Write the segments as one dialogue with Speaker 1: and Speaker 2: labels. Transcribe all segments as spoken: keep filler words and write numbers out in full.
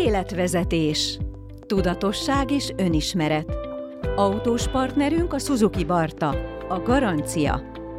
Speaker 1: Életvezetés. Tudatosság és önismeret. Autós partnerünk a Suzuki Barta, a Garancia.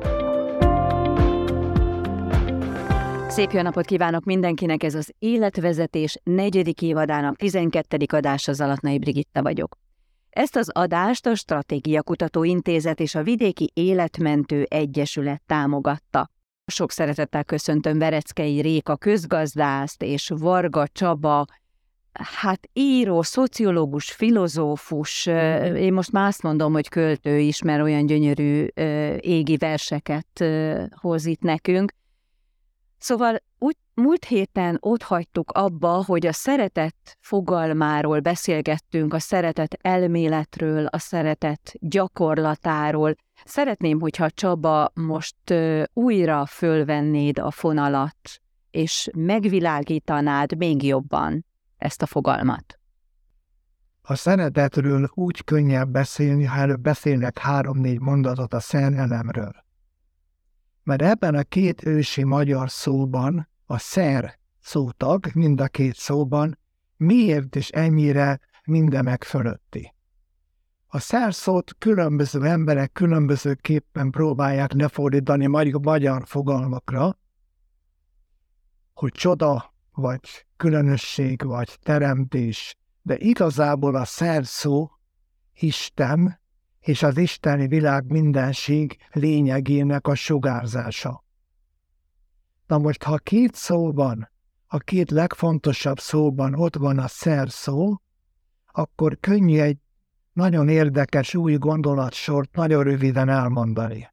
Speaker 1: Szép jó napot kívánok mindenkinek, ez az Életvezetés negyedik évadának tizenkettedik adása, Zalatnai Brigitta vagyok. Ezt az adást a Stratégiakutató Intézet és a Vidéki Életmentő Egyesület támogatta. Sok szeretettel köszöntöm Vereckei Réka közgazdászt és Varga Csaba, hát író, szociológus, filozófus, én most már azt mondom, hogy költő is, mert olyan gyönyörű égi verseket hoz itt nekünk. Szóval úgy, múlt héten ott hagytuk abba, hogy a szeretet fogalmáról beszélgettünk, a szeretet elméletről, a szeretet gyakorlatáról. Szeretném, hogyha Csaba most uh, újra fölvennéd a fonalat, és megvilágítanád még jobban ezt a fogalmat.
Speaker 2: A szeretetről úgy könnyebb beszélni, ha előbb beszélnek három-négy mondatot a szerelemről. Mert ebben a két ősi magyar szóban a szer szótag, mind a két szóban, miért és ennyire mindenek fölötti. A szer szót különböző emberek különbözőképpen próbálják lefordítani magyar fogalmakra, hogy csoda, vagy különösség, vagy teremtés, de igazából a szer szó Isten és az isteni világ mindenség lényegének a sugárzása. Na most, ha két szóban, a két legfontosabb szóban ott van a szer szó, akkor könnyű egy nagyon érdekes új gondolatsort nagyon röviden elmondani.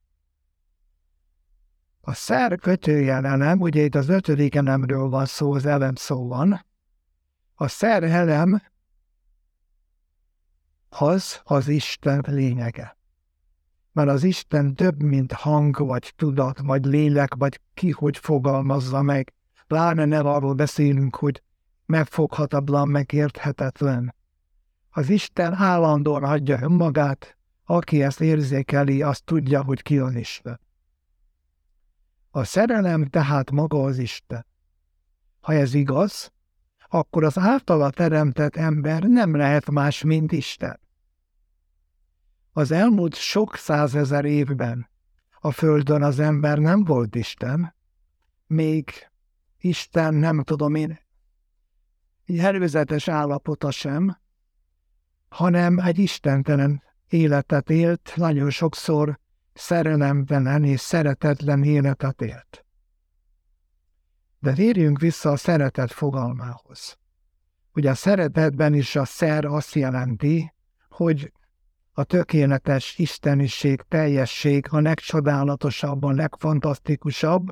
Speaker 2: A szer kötőjel elem, ugye itt az ötödik elemről van szó, az elem szó van. A szer elem az az Isten lényege. Mert az Isten több, mint hang, vagy tudat, vagy lélek, vagy ki hogy fogalmazza meg. Pláne nem arról beszélünk, hogy megfoghatatlan, megérthetetlen. Az Isten állandóan adja önmagát, aki ezt érzékeli, azt tudja, hogy ki az Isten. A szerelem tehát maga az Isten. Ha ez igaz, akkor az általa teremtett ember nem lehet más, mint Isten. Az elmúlt sok százezer évben a Földön az ember nem volt Isten, még Isten, nem tudom én, egy előzetes állapota sem, hanem egy istentelen életet élt, nagyon sokszor szerelemtelen és szeretetlen életet élt. De térjünk vissza a szeretet fogalmához. Ugye a szeretetben is a szer azt jelenti, hogy a tökéletes isteniség, teljesség a legcsodálatosabb, a legfantasztikusabb,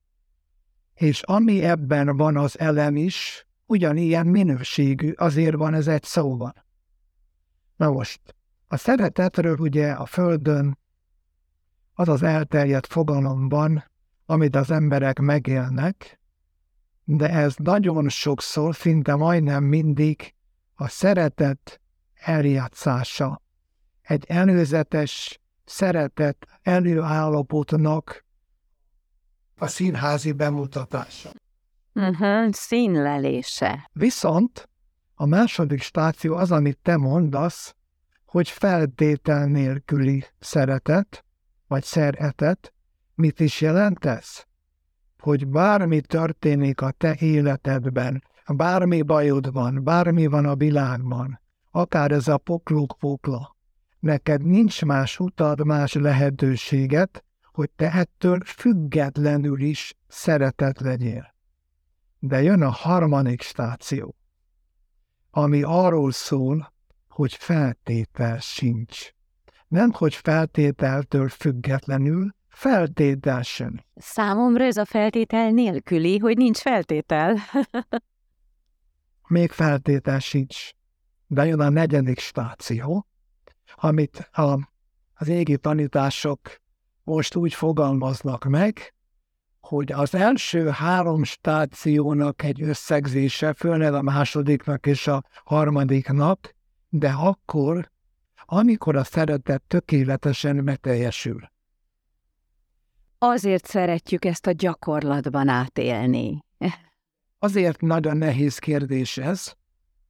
Speaker 2: és ami ebben van az elem is, ugyanilyen minőségű, azért van ez egy szóban. Na most, a szeretetről ugye a Földön az az elterjedt fogalomban, amit az emberek megélnek, de ez nagyon sokszor, szinte majdnem mindig a szeretet eljátszása. Egy előzetes szeretet előállapotnak a színházi bemutatása.
Speaker 1: Uh-huh, színlelése.
Speaker 2: Viszont a második stáció az, amit te mondasz, hogy feltétel nélküli szeretet, vagy szeretet. Mit is jelent ez? Hogy bármi történik a te életedben, bármi bajod van, bármi van a világban, akár ez a poklók-pokla, neked nincs más utad, más lehetőséget, hogy te ettől függetlenül is szeretet legyél. De jön a harmadik stáció, ami arról szól, hogy feltétel sincs. Nem, hogy feltételtől függetlenül, feltétel sem.
Speaker 1: Számomra ez a feltétel nélküli, hogy nincs feltétel.
Speaker 2: Még feltétel sincs. De jön a negyedik stáció, amit a, az égi tanítások most úgy fogalmaznak meg, hogy az első három stációnak egy összegzése, főleg a másodiknak és a harmadiknak, de akkor, amikor a szeretet tökéletesen beteljesül.
Speaker 1: Azért szeretjük ezt a gyakorlatban átélni.
Speaker 2: Azért nagyon nehéz kérdés ez,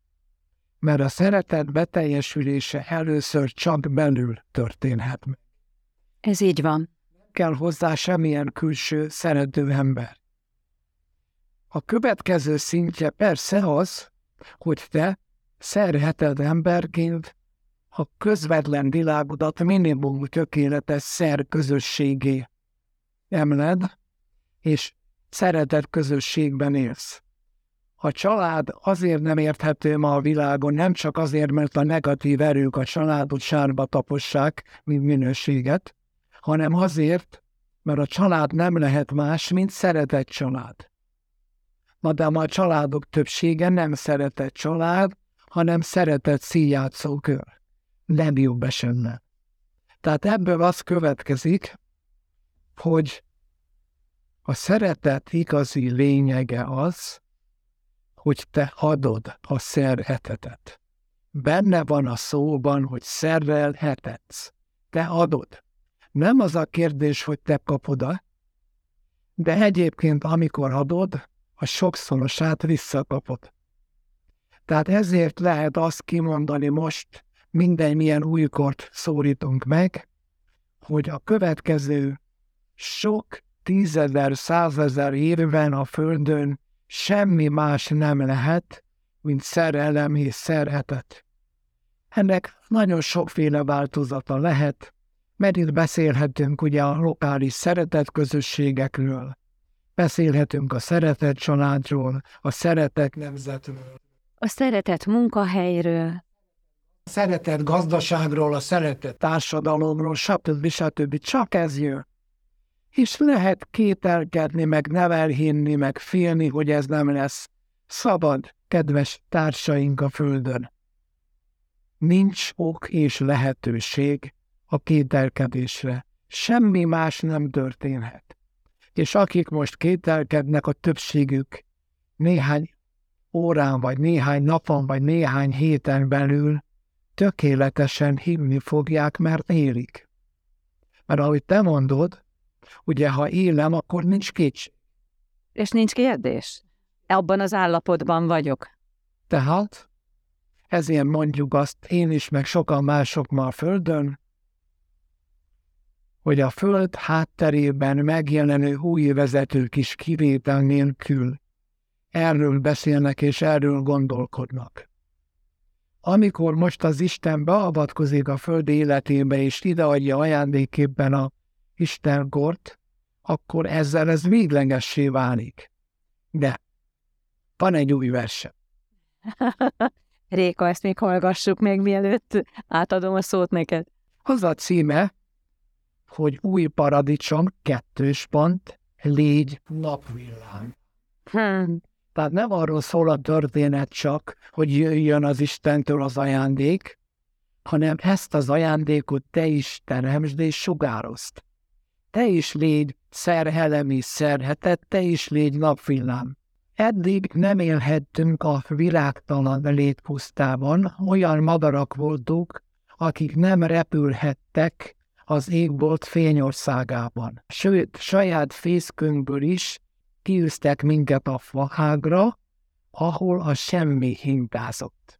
Speaker 2: mert a szeretet beteljesülése először csak belül történhet meg.
Speaker 1: Ez így van.
Speaker 2: Nem kell hozzá semmilyen külső szerető ember. A következő szintje persze az, hogy te szereted emberként a közvetlen világodat minimum tökéletes szer közösségé emled, és szeretet közösségben élsz. A család azért nem érthető ma a világon, nem csak azért, mert a negatív erők a családot sárba tapossák, mint minőséget, hanem azért, mert a család nem lehet más, mint szeretett család. Na de ma a családok többsége nem szeretett család, hanem szeretett színjátszókör. Legjobb esetben. Tehát ebből az következik, hogy a szeretet igazi lényege az, hogy te adod a szeretetet. Benne van a szóban, hogy szerelhetsz. Te adod. Nem az a kérdés, hogy te kapod-e, de egyébként amikor adod, a sokszorosát visszakapod. Tehát ezért lehet azt kimondani most, minden milyen újkort szórítunk meg, hogy a következő sok tízezer, százezer évben a Földön semmi más nem lehet, mint szerelem és szeretet. Ennek nagyon sokféle változata lehet, mert itt beszélhetünk ugye a lokális szeretetközösségekről, beszélhetünk a szeretet családról, a szeretet nemzetről,
Speaker 1: A szeretet munkahelyről,
Speaker 2: a szeretet gazdaságról, a szeretet társadalomról, stb. stb. Csak ez jön. És lehet kételkedni, meg nem elhinni, meg félni, hogy ez nem lesz. Szabad, kedves társaink a Földön. Nincs ok és lehetőség a kételkedésre. Semmi más nem történhet. És akik most kételkednek, a többségük néhány órán, vagy néhány napon, vagy néhány héten belül tökéletesen hinni fogják, mert élik. Mert ahogy te mondod, ugye, ha élem, akkor nincs kétség.
Speaker 1: és nincs kérdés. Abban az állapotban vagyok.
Speaker 2: Tehát ezért mondjuk azt én is, meg sokan mások ma a Földön, hogy a Föld hátterében megjelenő új vezetők is kivétel nélkül erről beszélnek és erről gondolkodnak. Amikor most az Isten beavatkozik a Föld életébe és ideadja ajándéképpen a Istenkort, akkor ezzel ez véglegessé válik. De van egy új verse.
Speaker 1: Réka, ezt még hallgassuk még mielőtt átadom a szót neked.
Speaker 2: Az a címe, hogy új paradicsom, kettős pont, légy napvillám.
Speaker 1: Hmm.
Speaker 2: Tehát nem arról szól a történet csak, hogy jöjjön az Istentől az ajándék, hanem ezt az ajándékot te is teremtsd és sugározd. Te is légy szerelemi szerhetett, te is légy napvillám. Eddig nem élhettünk a virágtalan létpusztában, olyan madarak voltunk, akik nem repülhettek az égbolt fényországában. Sőt, saját fészkünkből is kiűztek minket a fahágra, ahol a semmi hintázott.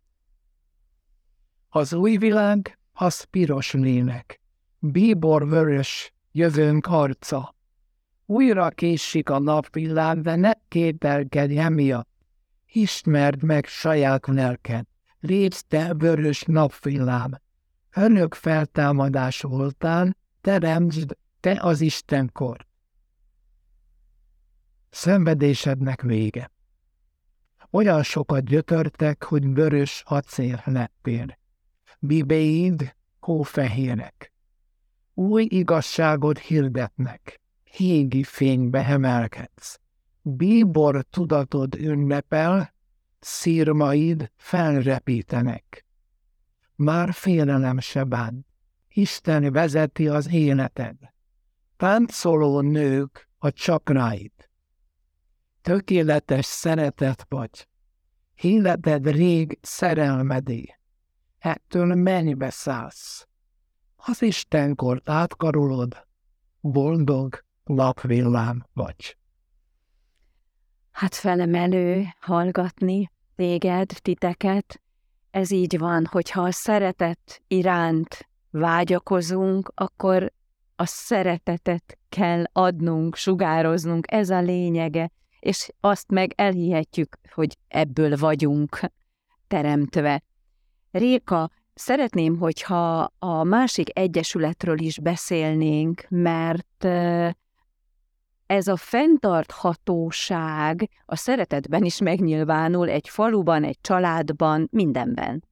Speaker 2: Az új világ az piros lélek, bíborvörös jövőnk arca. Újra késik a napvillám, de ne kételkedj emiatt. Ismerd meg saját lelked, légy te vörös napvillám. Örök feltámadás voltál, teremtsd te az Istenkort. Szenvedésednek vége. Olyan sokat gyötörtek, hogy vörös acél lettél. Bibéid hófehérek. Új igazságot hirdetnek. Hégi fénybe emelkedsz. Bíbor tudatod ünnepel, szirmaid felrepítenek. Már félelem se bánt. Isten vezeti az életed. Táncoló nők a csakráid. Tökéletes szeretet vagy. Életed rég szerelmedé. Ettől mennybe szállsz. Az Istenkort átkarolod, boldog napvillám vagy.
Speaker 1: Hát felemelő hallgatni téged, titeket, Ez így van, hogyha a szeretet iránt vágyakozunk, akkor a szeretetet kell adnunk, sugároznunk, ez a lényege, és azt meg elhihetjük, hogy ebből vagyunk teremtve. Réka, szeretném, hogyha a másik egyesületről is beszélnénk, mert ez a fenntarthatóság a szeretetben is megnyilvánul, egy faluban, egy családban, mindenben.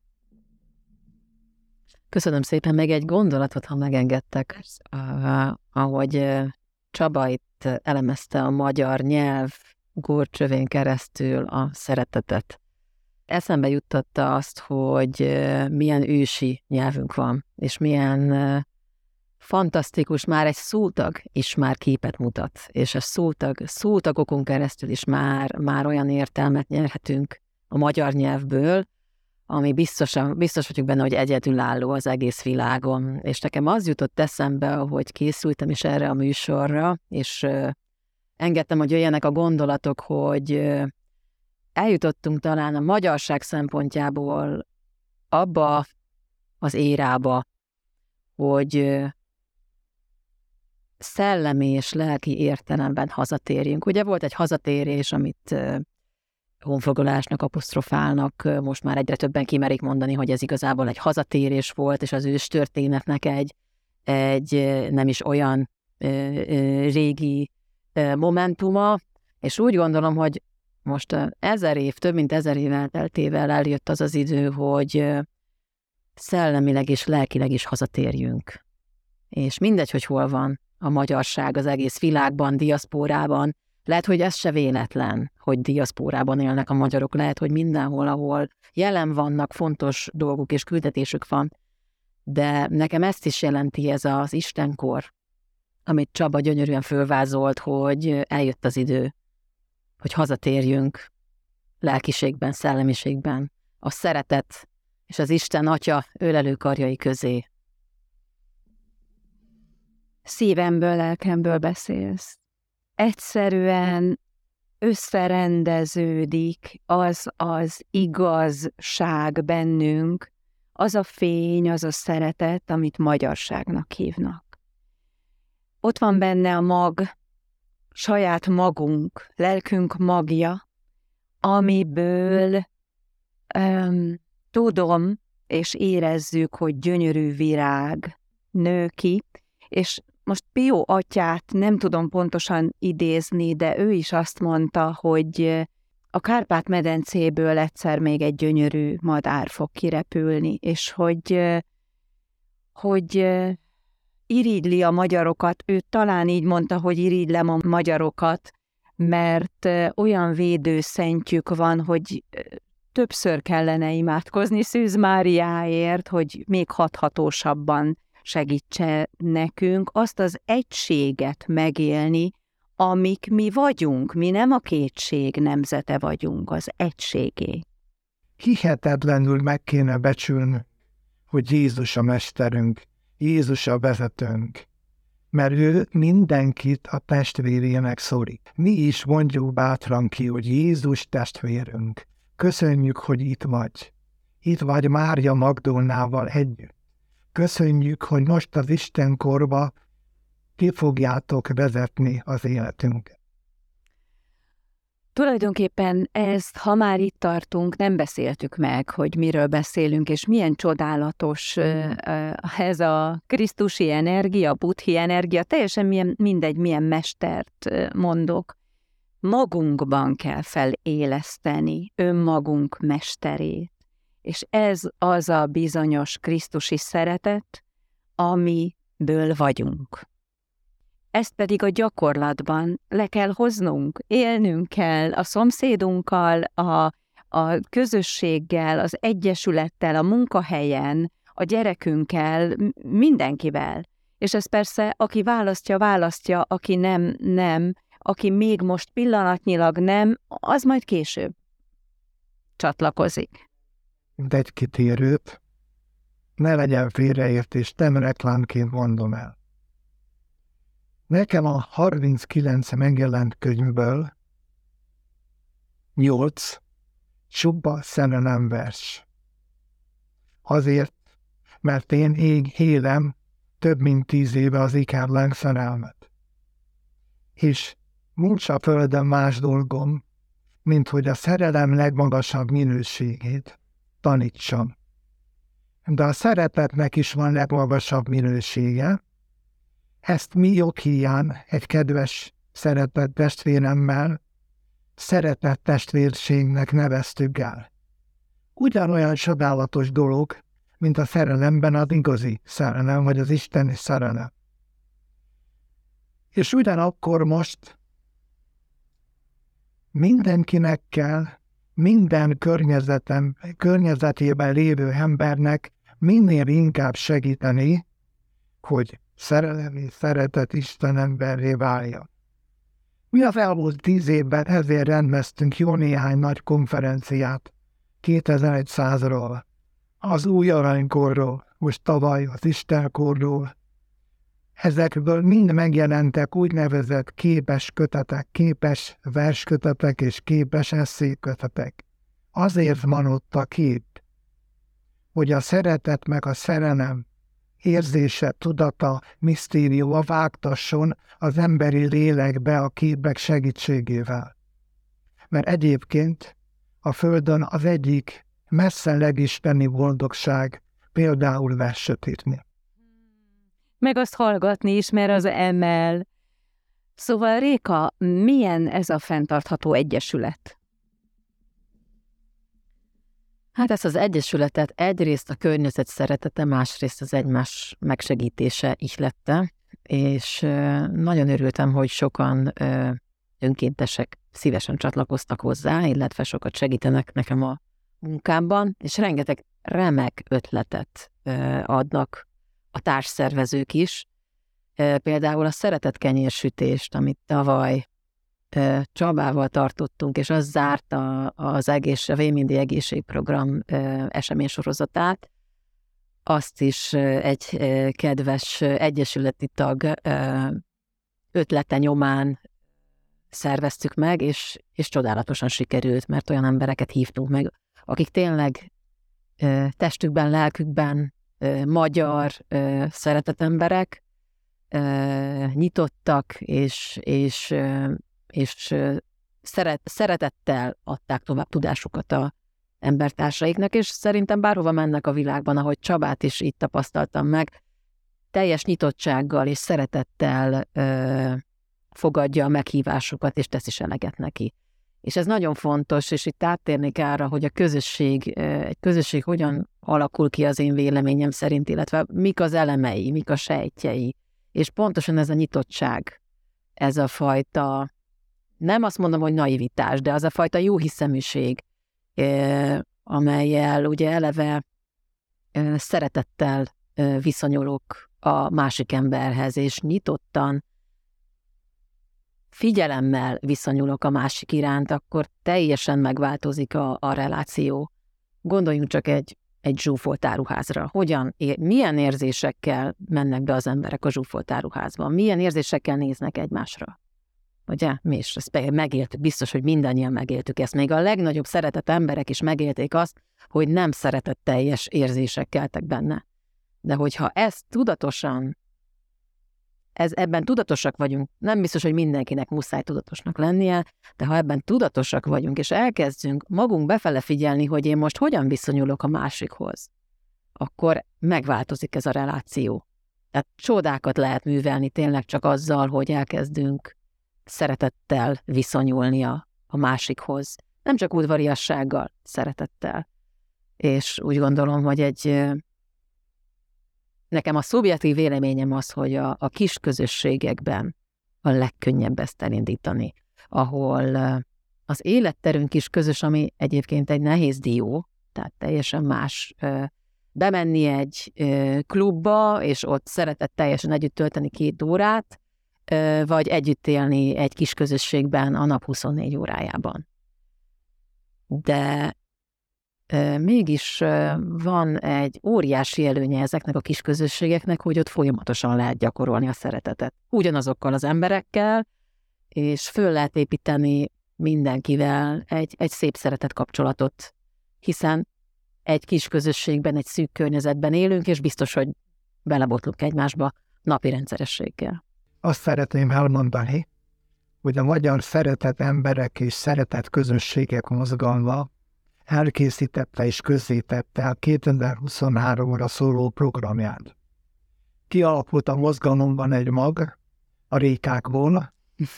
Speaker 3: Köszönöm szépen, meg egy gondolatot, ha megengedtek, uh, ahogy uh, Csaba itt elemezte a magyar nyelv górcsövén keresztül a szeretetet. Eszembe juttatta azt, hogy uh, milyen ősi nyelvünk van, és milyen uh, fantasztikus, már egy szótag is már képet mutat, és a szótag, szótagokon keresztül is már, már olyan értelmet nyerhetünk a magyar nyelvből, ami biztosan, biztos vagyok benne, hogy egyedülálló az egész világon. És nekem az jutott eszembe, hogy készültem is erre a műsorra, és uh, engedtem, hogy jöjjenek a gondolatok, hogy uh, eljutottunk talán a magyarság szempontjából abba az érába, hogy uh, szellemi és lelki értelemben hazatérjünk. Ugye volt egy hazatérés, amit uh, honfoglalásnak apostrofálnak, most már egyre többen kimerik mondani, hogy ez igazából egy hazatérés volt, és az őstörténetnek egy, egy nem is olyan ö, ö, régi ö, momentuma, és úgy gondolom, hogy most ezer év, több mint ezer év elteltével eljött az az idő, hogy szellemileg és lelkileg is hazatérjünk. És mindegy, hogy hol van a magyarság az egész világban, diaszpórában. Lehet, hogy ez se véletlen, hogy diaszpórában élnek a magyarok, lehet, hogy mindenhol, ahol jelen vannak, fontos dolguk és küldetésük van, de nekem ezt is jelenti ez az Istenkor, amit Csaba gyönyörűen fölvázolt, hogy eljött az idő, hogy hazatérjünk lelkiségben, szellemiségben, a szeretet és az Isten Atya ölelő karjai közé.
Speaker 1: Szívemből, lelkemből beszélsz. Egyszerűen összerendeződik az az igazság bennünk, az a fény, az a szeretet, amit magyarságnak hívnak. Ott van benne a mag, saját magunk, lelkünk magja, amiből um, tudom és érezzük, hogy gyönyörű virág nő ki, és most Pio atyát nem tudom pontosan idézni, de ő is azt mondta, hogy a Kárpát-medencéből egyszer még egy gyönyörű madár fog kirepülni, és hogy, hogy irigyli a magyarokat, ő talán így mondta, hogy irigylem a magyarokat, mert olyan védőszentjük van, hogy többször kellene imádkozni Szűz Máriáért, hogy még hathatósabban segítse nekünk azt az egységet megélni, amik mi vagyunk, mi nem a kétség nemzete vagyunk, az egységé.
Speaker 2: Hihetetlenül meg kéne becsülni, hogy Jézus a mesterünk, Jézus a vezetőnk, mert ő mindenkit a testvérének szorít. Mi is mondjuk bátran ki, hogy Jézus testvérünk. Köszönjük, hogy itt vagy. Itt vagy Mária Magdolnával együtt. Köszönjük, hogy most az Istenkorba ki fogjátok vezetni az életünket.
Speaker 1: Tulajdonképpen ezt, ha már itt tartunk, nem beszéltük meg, hogy miről beszélünk, és milyen csodálatos ez a krisztusi energia, buddhi energia, teljesen milyen, mindegy, milyen mestert mondok. Magunkban kell feléleszteni önmagunk mesterét. És ez az a bizonyos krisztusi szeretet, amiből vagyunk. Ezt pedig a gyakorlatban le kell hoznunk, élnünk kell a szomszédunkkal, a, a közösséggel, az egyesülettel, a munkahelyen, a gyerekünkkel, mindenkivel. És ez persze, aki választja, választja, aki nem, nem, aki még most pillanatnyilag nem, az majd később csatlakozik.
Speaker 2: De egy kitérőt, ne legyen félreértés, nem reklámként mondom el. Nekem a harminckilenc megjelent könyvből nyolc csupa szerelem vers. Azért, mert én ég élem több mint tíz éve az ikerláng szerelmet. És nincs a földön más dolgom, mint hogy a szerelem legmagasabb minőségét tanítsam. De a szeretetnek is van legmagasabb minősége. Ezt mi joghíján egy kedves szeretett testvéremmel szeretett testvérségnek neveztük el. Ugyanolyan csodálatos dolog, mint a szerelemben az igazi szerelem, vagy az isteni szerelem. És ugyanakkor most mindenkinek kell, minden környezetem, környezetében lévő embernek minél inkább segíteni, hogy szerelemi szeretet Isten emberré váljon. Mi az elmúlt tíz évben ezért rendeztünk jó néhány nagy konferenciát kétezer-százról, az új aranykorról, most tavaly az Istenkorról. Ezekből mind megjelentek úgynevezett képes kötetek, képes verskötetek és képes esszékötetek. Azért van ott a kép, hogy a szeretet meg a szerelem érzése, tudata, misztériuma vágtasson az emberi lélekbe a képek segítségével. Mert egyébként a Földön az egyik messze legisteni boldogság például verset írni.
Speaker 1: Meg azt hallgatni is, mert az emel. Szóval Réka, milyen ez a fenntartható egyesület?
Speaker 3: Hát ezt az egyesületet egyrészt a környezet szeretete, másrészt az egymás megsegítése ihlette, és nagyon örültem, hogy sokan önkéntesek szívesen csatlakoztak hozzá, illetve sokat segítenek nekem a munkámban, és rengeteg remek ötletet adnak a társszervezők is. Például a szeretett kenyérsütést, amit tavaly Csabával tartottunk, és az zárta az egész, a Vémindi Egészségprogram eseménysorozatát. Azt is egy kedves egyesületi tag ötlete nyomán szerveztük meg, és, és csodálatosan sikerült, mert olyan embereket hívtunk meg, akik tényleg testükben, lelkükben magyar szeretett emberek, nyitottak, és, és és szeret, szeretettel adták tovább tudásukat a embertársaiknak, és szerintem bárhova mennek a világban, ahogy Csabát is itt tapasztaltam meg, teljes nyitottsággal és szeretettel ö, fogadja a meghívásokat, és tesz is eleget neki. És ez nagyon fontos, és itt áttérnék arra, hogy a közösség, egy közösség hogyan alakul ki az én véleményem szerint, illetve mik az elemei, mik a sejtjei, és pontosan ez a nyitottság, ez a fajta, nem azt mondom, hogy naivitás, de az a fajta jóhiszeműség, amellyel ugye eleve szeretettel viszonyulok a másik emberhez, és nyitottan, figyelemmel viszonyulok a másik iránt, akkor teljesen megváltozik a, a reláció. Gondoljunk csak egy, egy zsúfolt áruházra. Hogyan, milyen érzésekkel mennek be az emberek a zsúfolt áruházba? Milyen érzésekkel néznek egymásra? Ugye? Mi is ezt megéltük, biztos, hogy mindannyian megéltük ezt. Még a legnagyobb szeretett emberek is megélték azt, hogy nem szeretetteljes érzések keltek benne. De hogyha ezt tudatosan, ez, ebben tudatosak vagyunk, nem biztos, hogy mindenkinek muszáj tudatosnak lennie, de ha ebben tudatosak vagyunk, és elkezdünk magunk befele figyelni, hogy én most hogyan viszonyulok a másikhoz, akkor megváltozik ez a reláció. Tehát csodákat lehet művelni tényleg csak azzal, hogy elkezdünk szeretettel viszonyulni a, a másikhoz. Nem csak udvariassággal, szeretettel. És úgy gondolom, hogy egy nekem a szubjektív véleményem az, hogy a, a kis közösségekben a legkönnyebb ezt elindítani, ahol az életterünk is közös, ami egyébként egy nehéz dió, tehát teljesen más bemenni egy klubba, és ott szeretetteljesen együtt tölteni két órát, vagy együtt élni egy kis közösségben a nap huszonnégy órájában. De mégis van egy óriási előnye ezeknek a kis közösségeknek, hogy ott folyamatosan lehet gyakorolni a szeretetet. Ugyanazokkal az emberekkel, és föl lehet építeni mindenkivel egy, egy szép szeretet kapcsolatot, hiszen egy kis közösségben, egy szűk környezetben élünk, és biztos, hogy belebotlunk egymásba napi rendszerességgel.
Speaker 2: Azt szeretném elmondani, hogy a Magyar Szeretett Emberek és Szeretett Közösségek Mozgalma elkészítette és közzétette a kétezer-huszonháromra szóló programját. Kialakult a mozgalomban egy mag, a rékákból.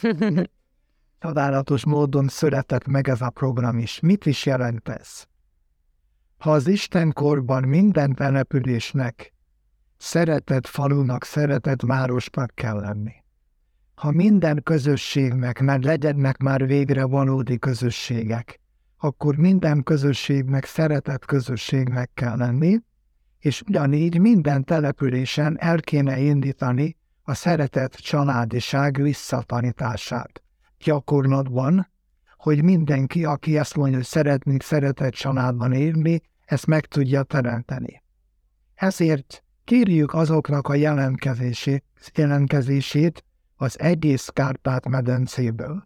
Speaker 2: Csodálatos módon született meg ez a program is. Mit is jelent ez? Ha az Istenkorban minden településnek, szeretett falunak, szeretett városnak kell lenni, ha minden közösségnek, mert legyenek már végre valódi közösségek, akkor minden közösségnek, szeretett közösségnek kell lenni, és ugyanígy minden településen el kéne indítani a szeretett családiság visszatanítását. Gyakorlatban, hogy mindenki, aki ezt mondja, hogy szeretnék szeretett családban élni, ezt meg tudja teremteni. Ezért kérjük azoknak a jelentkezését, jelentkezését az egész Kárpát-medencéből,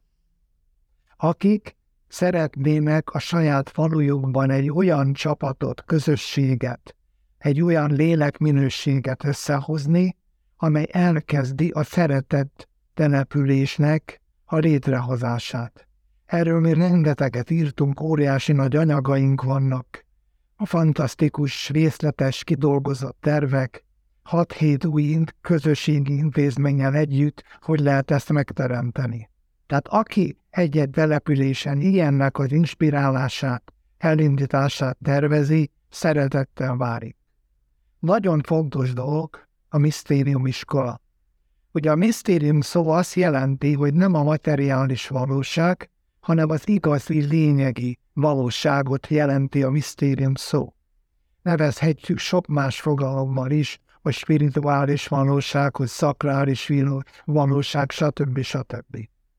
Speaker 2: akik szeretnének a saját falujukban egy olyan csapatot, közösséget, egy olyan lélekminőséget összehozni, amely elkezdi a szeretett településnek a létrehozását. Erről mi rengeteget írtunk, óriási nagy anyagaink vannak, a fantasztikus, részletes, kidolgozott tervek, hat-hét új közösségi intézménnyel együtt, hogy lehet ezt megteremteni. Tehát aki egy-egy településen ilyennek az inspirálását, elindítását tervezi, szeretettel várik. Nagyon fontos dolog a misztériumiskola. Ugye a misztérium szó azt jelenti, hogy nem a materiális valóság, hanem az igazi, lényegi valóságot jelenti a misztérium szó. Nevezhetjük sok más fogalommal is, a spirituális valóság, hogy szakrális valóság, stb. stb.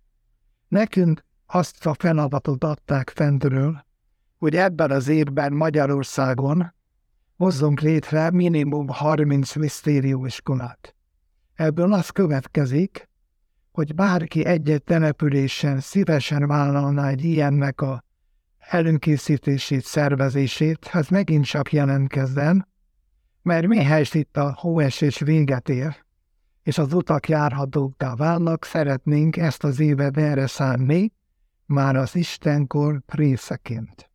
Speaker 2: Nekünk azt a feladatot adták fentről, hogy ebben az évben Magyarországon hozzunk létre minimum harminc misztériumiskolát. Ebből az következik, hogy bárki egy-egy településen szívesen vállalná egy ilyennek a előkészítését, szervezését, az megint csak jelentkezzen, mert mihelyest itt a hóesés véget ér, és az utak járhatókká válnak, szeretnénk ezt az évet erre szánni, már az Istenkor részeként.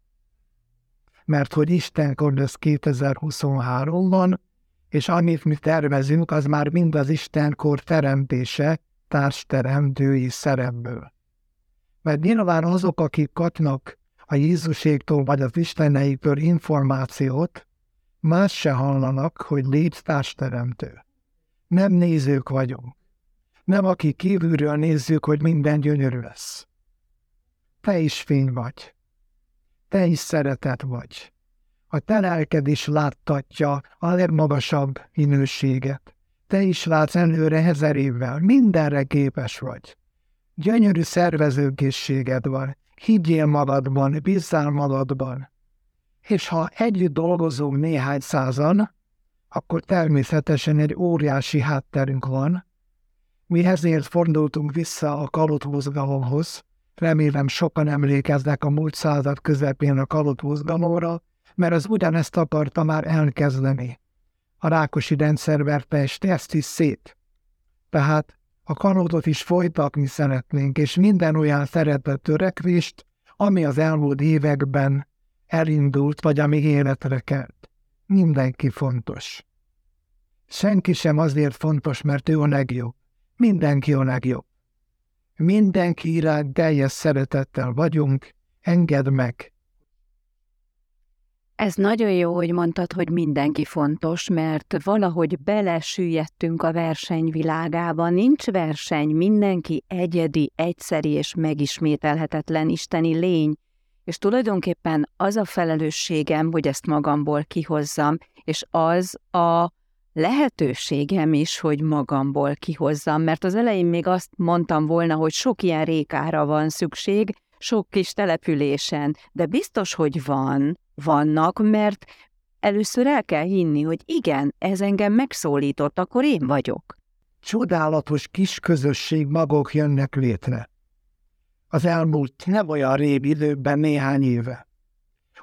Speaker 2: Mert hogy Istenkor lesz kétezer-huszonháromban, és amit mi tervezünk, az már mind az Istenkor teremtése, társteremtői szerepből. Mert nyilván azok, akik kapnak a Jézuséktól vagy az isteneitől információt, más se hallanak, hogy légy társteremtő. Nem nézők vagyunk. Nem akik kívülről nézzük, hogy minden gyönyörű lesz. Te is fény vagy. Te is szeretet vagy. A te lelked is láttatja a legmagasabb minőséget. Te is látsz előre ezer évvel. Mindenre képes vagy. Gyönyörű szervezőkészséged van. Higgyél magadban, bízzál magadban. És ha együtt dolgozunk néhány százan, akkor természetesen egy óriási hátterünk van. Mi ezért fordultunk vissza a kalotmozgalomhoz. Remélem sokan emlékeznek a múlt század közepén a kalotmozgalomra, mert az ugyanezt akarta már elkezdeni. A Rákosi rendszer verte ezt is szét. Tehát a kalotot is folytatni szeretnénk, és minden olyan szeretett törekvést, ami az elmúlt években elindult, vagy ami életre kelt. Mindenki fontos. Senki sem azért fontos, mert ő a legjobb. Mindenki a legjobb. Mindenki iránt teljes szeretettel vagyunk, engedd meg.
Speaker 1: Ez nagyon jó, hogy mondtad, hogy mindenki fontos, mert valahogy belesüllyedtünk a versenyvilágába. Nincs verseny, mindenki egyedi, egyszeri és megismételhetetlen isteni lény, és tulajdonképpen az a felelősségem, hogy ezt magamból kihozzam, és az a lehetőségem is, hogy magamból kihozzam, mert az elején még azt mondtam volna, hogy sok ilyen rékára van szükség, sok kis településen, de biztos, hogy van, vannak, mert először el kell hinni, hogy igen, ez engem megszólított, akkor én vagyok.
Speaker 2: Csodálatos kis közösség magok jönnek létre. Az elmúlt nem olyan régi időben, néhány éve.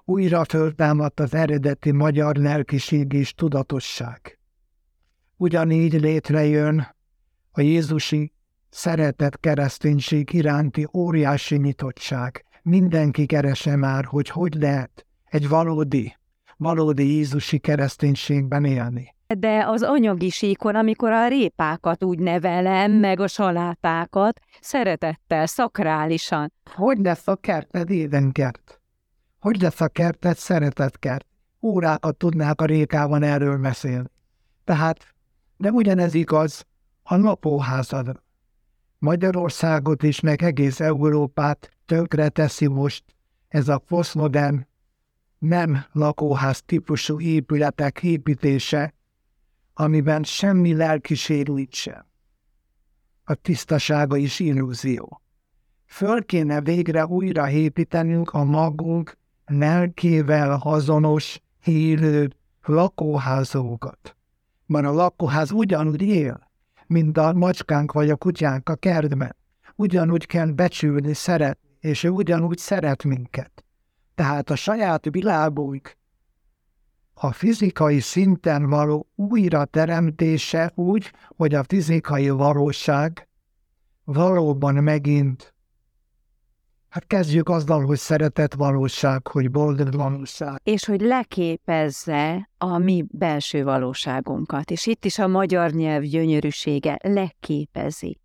Speaker 2: Újra föltámadt az eredeti magyar lelkiség és tudatosság. Ugyanígy létrejön a jézusi szeretett kereszténység iránti óriási nyitottság. Mindenki keresse már, hogy hogy lehet egy valódi, valódi jézusi kereszténységben élni.
Speaker 1: De az anyagi síkon, amikor a répákat úgy nevelem, meg a salátákat, szeretettel, szakrálisan.
Speaker 2: Hogy lesz a kerted édenkert? Hogy lesz a kerted szeretetkert? Órákat tudnák a rékában erről beszélni. Tehát, de ugyanez igaz a lakóházadra. Magyarországot is, meg egész Európát tönkre teszi most ez a posztmodern, nem lakóház típusú épületek építése, amiben semmi lelkiség sem. A tisztasága is illúzió. Föl kéne végre újra építenünk a magunk lelkével azonos, élő lakóházokat. Mert a lakóház ugyanúgy él, mint a macskánk vagy a kutyánk a kertben. Ugyanúgy kell becsülni, szeretni, és ő ugyanúgy szeret minket. Tehát a saját világunk a fizikai szinten való újra teremtése úgy, hogy a fizikai valóság valóban megint, hát kezdjük azzal, hogy szeretett valóság, hogy boldog valóság.
Speaker 1: És hogy leképezze a mi belső valóságunkat. És itt is a magyar nyelv gyönyörűsége leképezi.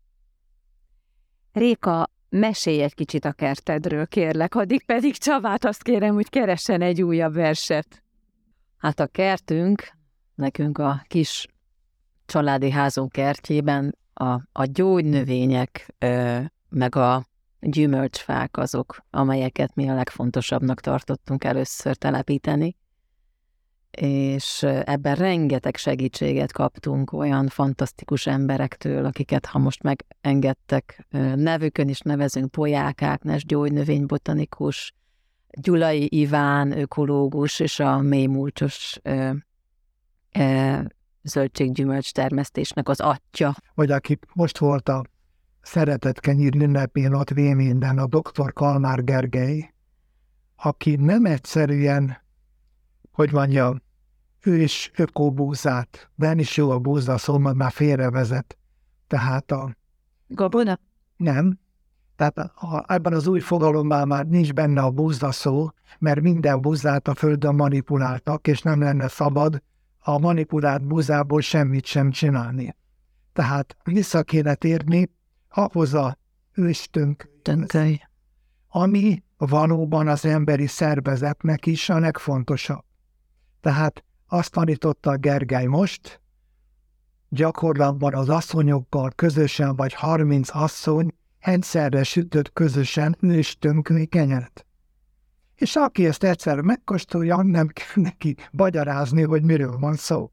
Speaker 1: Réka, mesélj egy kicsit a kertedről, kérlek, addig pedig Csabát azt kérem, hogy keressen egy újabb verset.
Speaker 3: Hát a kertünk, nekünk a kis családi házunk kertjében a, a gyógynövények, ö, meg a gyümölcsfák azok, amelyeket mi a legfontosabbnak tartottunk először telepíteni, és ebben rengeteg segítséget kaptunk olyan fantasztikus emberektől, akiket, ha most megengedtek, nevükön is nevezünk, Polyák Ágnes, gyógynövénybotanikus, Gyulai Iván, ökológus, és a mélymúlcsos ö, ö, zöldséggyümölcs termesztésnek az atya.
Speaker 2: Vagy aki most volt a szeretett kenyér ünnepén ott Véményben, a doktor Kalmár Gergely, aki nem egyszerűen, hogy mondjam, ő is ökobúzát, de nem is jó a búza, szóval már félrevezet. Tehát a...
Speaker 1: Gabona?
Speaker 2: Nem. Tehát a, ebben az új fogalomban már nincs benne a búza szó, mert minden búzát a földön manipuláltak, és nem lenne szabad a manipulált búzából semmit sem csinálni. Tehát vissza kéne térni ahhoz a őstünk, ami valóban az emberi szervezetnek is a legfontosabb. Tehát azt tanította Gergely most, gyakorlatban az asszonyokkal közösen, vagy harminc asszony egyszerre sütött közösen őstünkli kenyeret. És aki ezt egyszer megkóstolja, nem kell neki magyarázni, hogy miről van szó.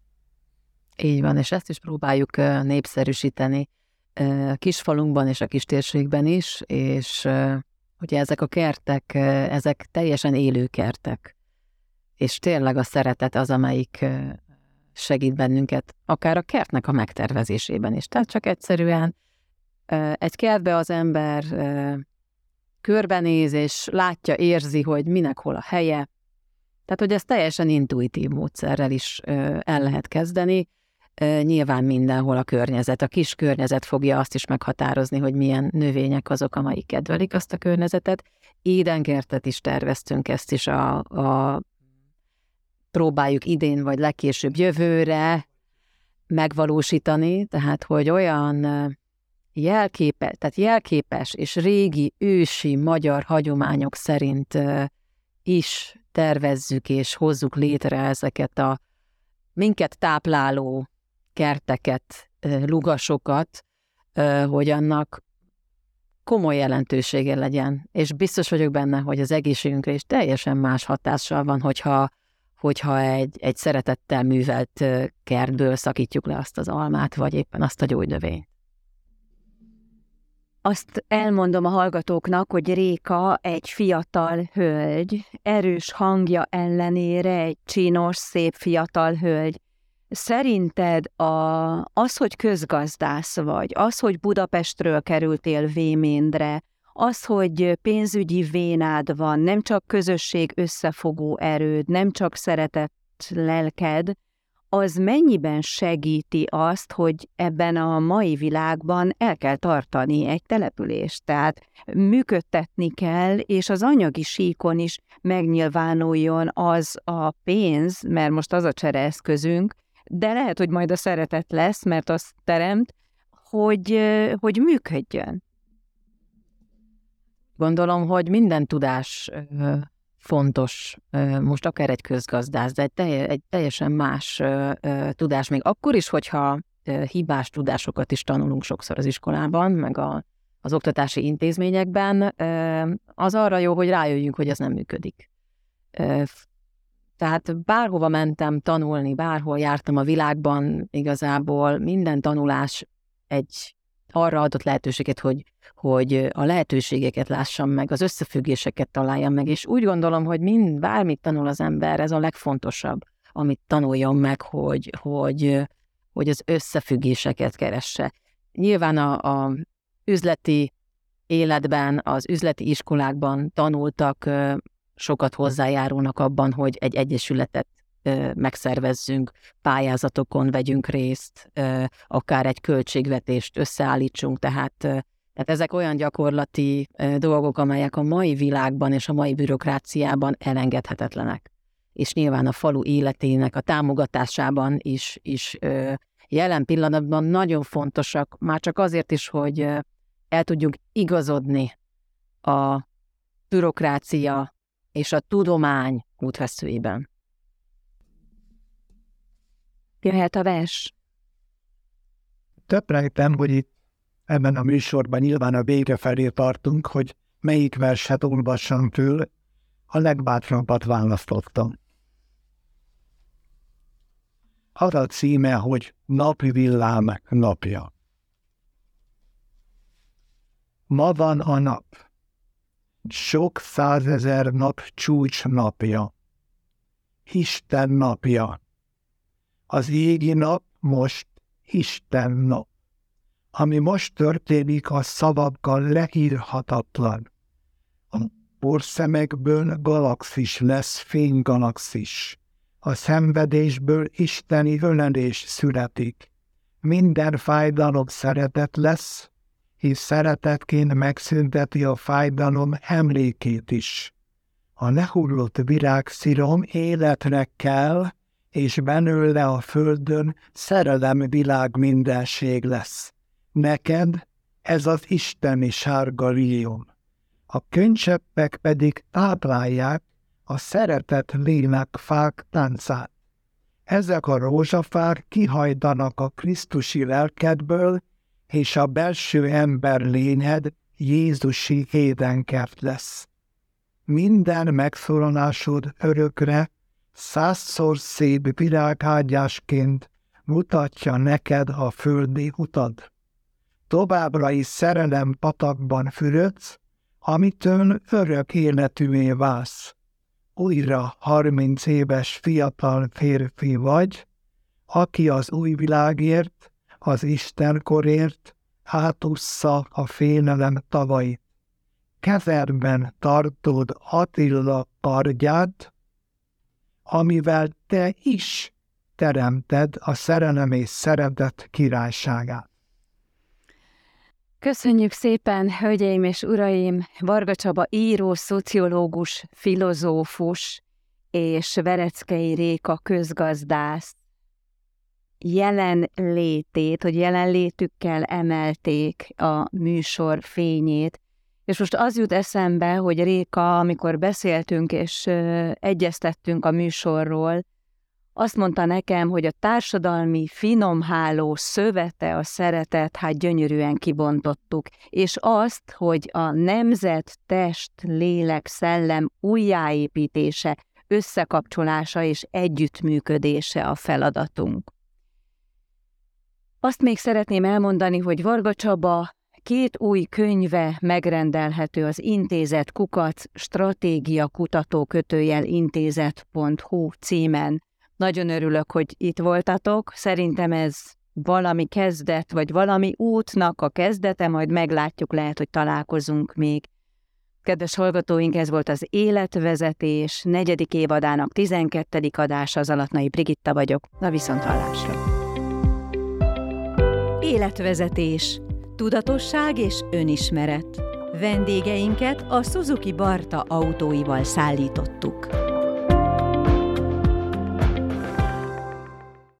Speaker 3: Így van, és ezt is próbáljuk népszerűsíteni a kisfalunkban és a kistérségben is, és ugye ezek a kertek, ezek teljesen élő kertek. És tényleg a szeretet az, amelyik segít bennünket, akár a kertnek a megtervezésében is. Tehát csak egyszerűen egy kertbe az ember körbenéz, és látja, érzi, hogy minek hol a helye. Tehát, hogy ezt teljesen intuitív módszerrel is el lehet kezdeni. Nyilván mindenhol a környezet, a kis környezet fogja azt is meghatározni, hogy milyen növények azok, amelyik kedvelik azt a környezetet. Édenkertet is terveztünk, ezt is a, a próbáljuk idén vagy legkésőbb jövőre megvalósítani, tehát hogy olyan jelképe, tehát jelképes és régi ősi magyar hagyományok szerint is tervezzük és hozzuk létre ezeket a minket tápláló kerteket, lugasokat, hogy annak komoly jelentősége legyen. És biztos vagyok benne, hogy az egészségünkre is teljesen más hatással van, hogyha, hogyha egy, egy szeretettel művelt kertből szakítjuk le azt az almát, vagy éppen azt a gyógynövényt.
Speaker 1: Azt elmondom a hallgatóknak, hogy Réka egy fiatal hölgy, erős hangja ellenére egy csinos, szép fiatal hölgy. Szerinted a, az, hogy közgazdász vagy, az, hogy Budapestről kerültél Véménre, Az, hogy pénzügyi vénád van, nem csak közösség összefogó erőd, nem csak szeretett lelked, az mennyiben segíti azt, hogy ebben a mai világban el kell tartani egy települést, tehát működtetni kell, és az anyagi síkon is megnyilvánuljon az a pénz, mert most az a csereeszközünk, de lehet, hogy majd a szeretet lesz, mert azt teremt, hogy, hogy működjön.
Speaker 3: Gondolom, hogy minden tudás ö, fontos, ö, most akár egy közgazdász, de egy, telje, egy teljesen más ö, ö, tudás, még akkor is, hogyha ö, hibás tudásokat is tanulunk sokszor az iskolában, meg a, az oktatási intézményekben, ö, az arra jó, hogy rájöjjünk, hogy ez nem működik. Ö, tehát bárhova mentem tanulni, bárhol jártam a világban, igazából minden tanulás egy arra adott lehetőséget, hogy, hogy a lehetőségeket lássam meg, az összefüggéseket találjam meg, és úgy gondolom, hogy mind, bármit tanul az ember, ez a legfontosabb, amit tanuljon meg, hogy, hogy, hogy az összefüggéseket keresse. Nyilván a, a üzleti életben, az üzleti iskolákban tanultak sokat hozzájárulnak abban, hogy egy egyesületet megszervezzünk, pályázatokon vegyünk részt, akár egy költségvetést összeállítsunk, tehát, tehát ezek olyan gyakorlati dolgok, amelyek a mai világban és a mai bürokráciában elengedhetetlenek. És nyilván a falu életének a támogatásában is, is jelen pillanatban nagyon fontosak, már csak azért is, hogy el tudjunk igazodni a bürokrácia és a tudomány útveszőjében.
Speaker 1: Jöhet a vers.
Speaker 2: Töprengtem, hogy itt ebben a műsorban nyilván a vége felé tartunk, hogy melyik verset olvassam föl, a legbátrabbat választottam. Az a címe, hogy Napi villám napja. Ma van a nap, sok százezer nap csúcs napja, Isten napja. Az égi nap most Isten nap. Ami most történik, a szavakkal leírhatatlan. A porszemekből galaxis lesz, fénygalaxis. A szenvedésből isteni ölelés születik. Minden fájdalom szeretet lesz, és szeretetként megszünteti a fájdalom emlékét is. A lehullott virágszírom életre kell, és belőle a földön szerelem világ mindenség lesz. Neked ez az isteni sárga líjom. A könycseppek pedig táplálják a szeretet lélek fák táncát. Ezek a rózsafák kihajtanak a krisztusi lelkedből, és a belső ember lényed jézusi édenkert lesz. Minden megszólalásod örökre, százszor szép virágágyásként mutatja neked a földi utad. Továbbra is szerelem patakban fürödsz, amitől örök életűvé válsz. Újra harminc éves fiatal férfi vagy, aki az új világért, az Istenkorért átussza a félelem tavait. Kezedben tartod Attila kardját, amivel te is teremted a szerelem és szeretet királyságát.
Speaker 1: Köszönjük szépen, hölgyeim és uraim! Varga Csaba író, szociológus, filozófus és Vereckei Réka közgazdász jelenlétét, hogy jelenlétükkel emelték a műsor fényét. És most az jut eszembe, hogy Réka, amikor beszéltünk és ö, egyeztettünk a műsorról, azt mondta nekem, hogy a társadalmi finomháló szövete a szeretet, hát gyönyörűen kibontottuk, és azt, hogy a nemzet, test, lélek, szellem újjáépítése, összekapcsolása és együttműködése a feladatunk. Azt még szeretném elmondani, hogy Varga Csaba két új könyve megrendelhető az intézet kukac stratégia kutató kötőjel intézet pont hu címen. Nagyon örülök, hogy itt voltatok, szerintem ez valami kezdet, vagy valami útnak a kezdete, majd meglátjuk, lehet, hogy találkozunk még. Kedves hallgatóink, ez volt az Életvezetés negyedik évadának tizenkettedik adása, Zalatnai Brigitta vagyok, a viszonthallásra.
Speaker 4: Életvezetés, tudatosság és önismeret. Vendégeinket a Suzuki Barta autóival szállítottuk.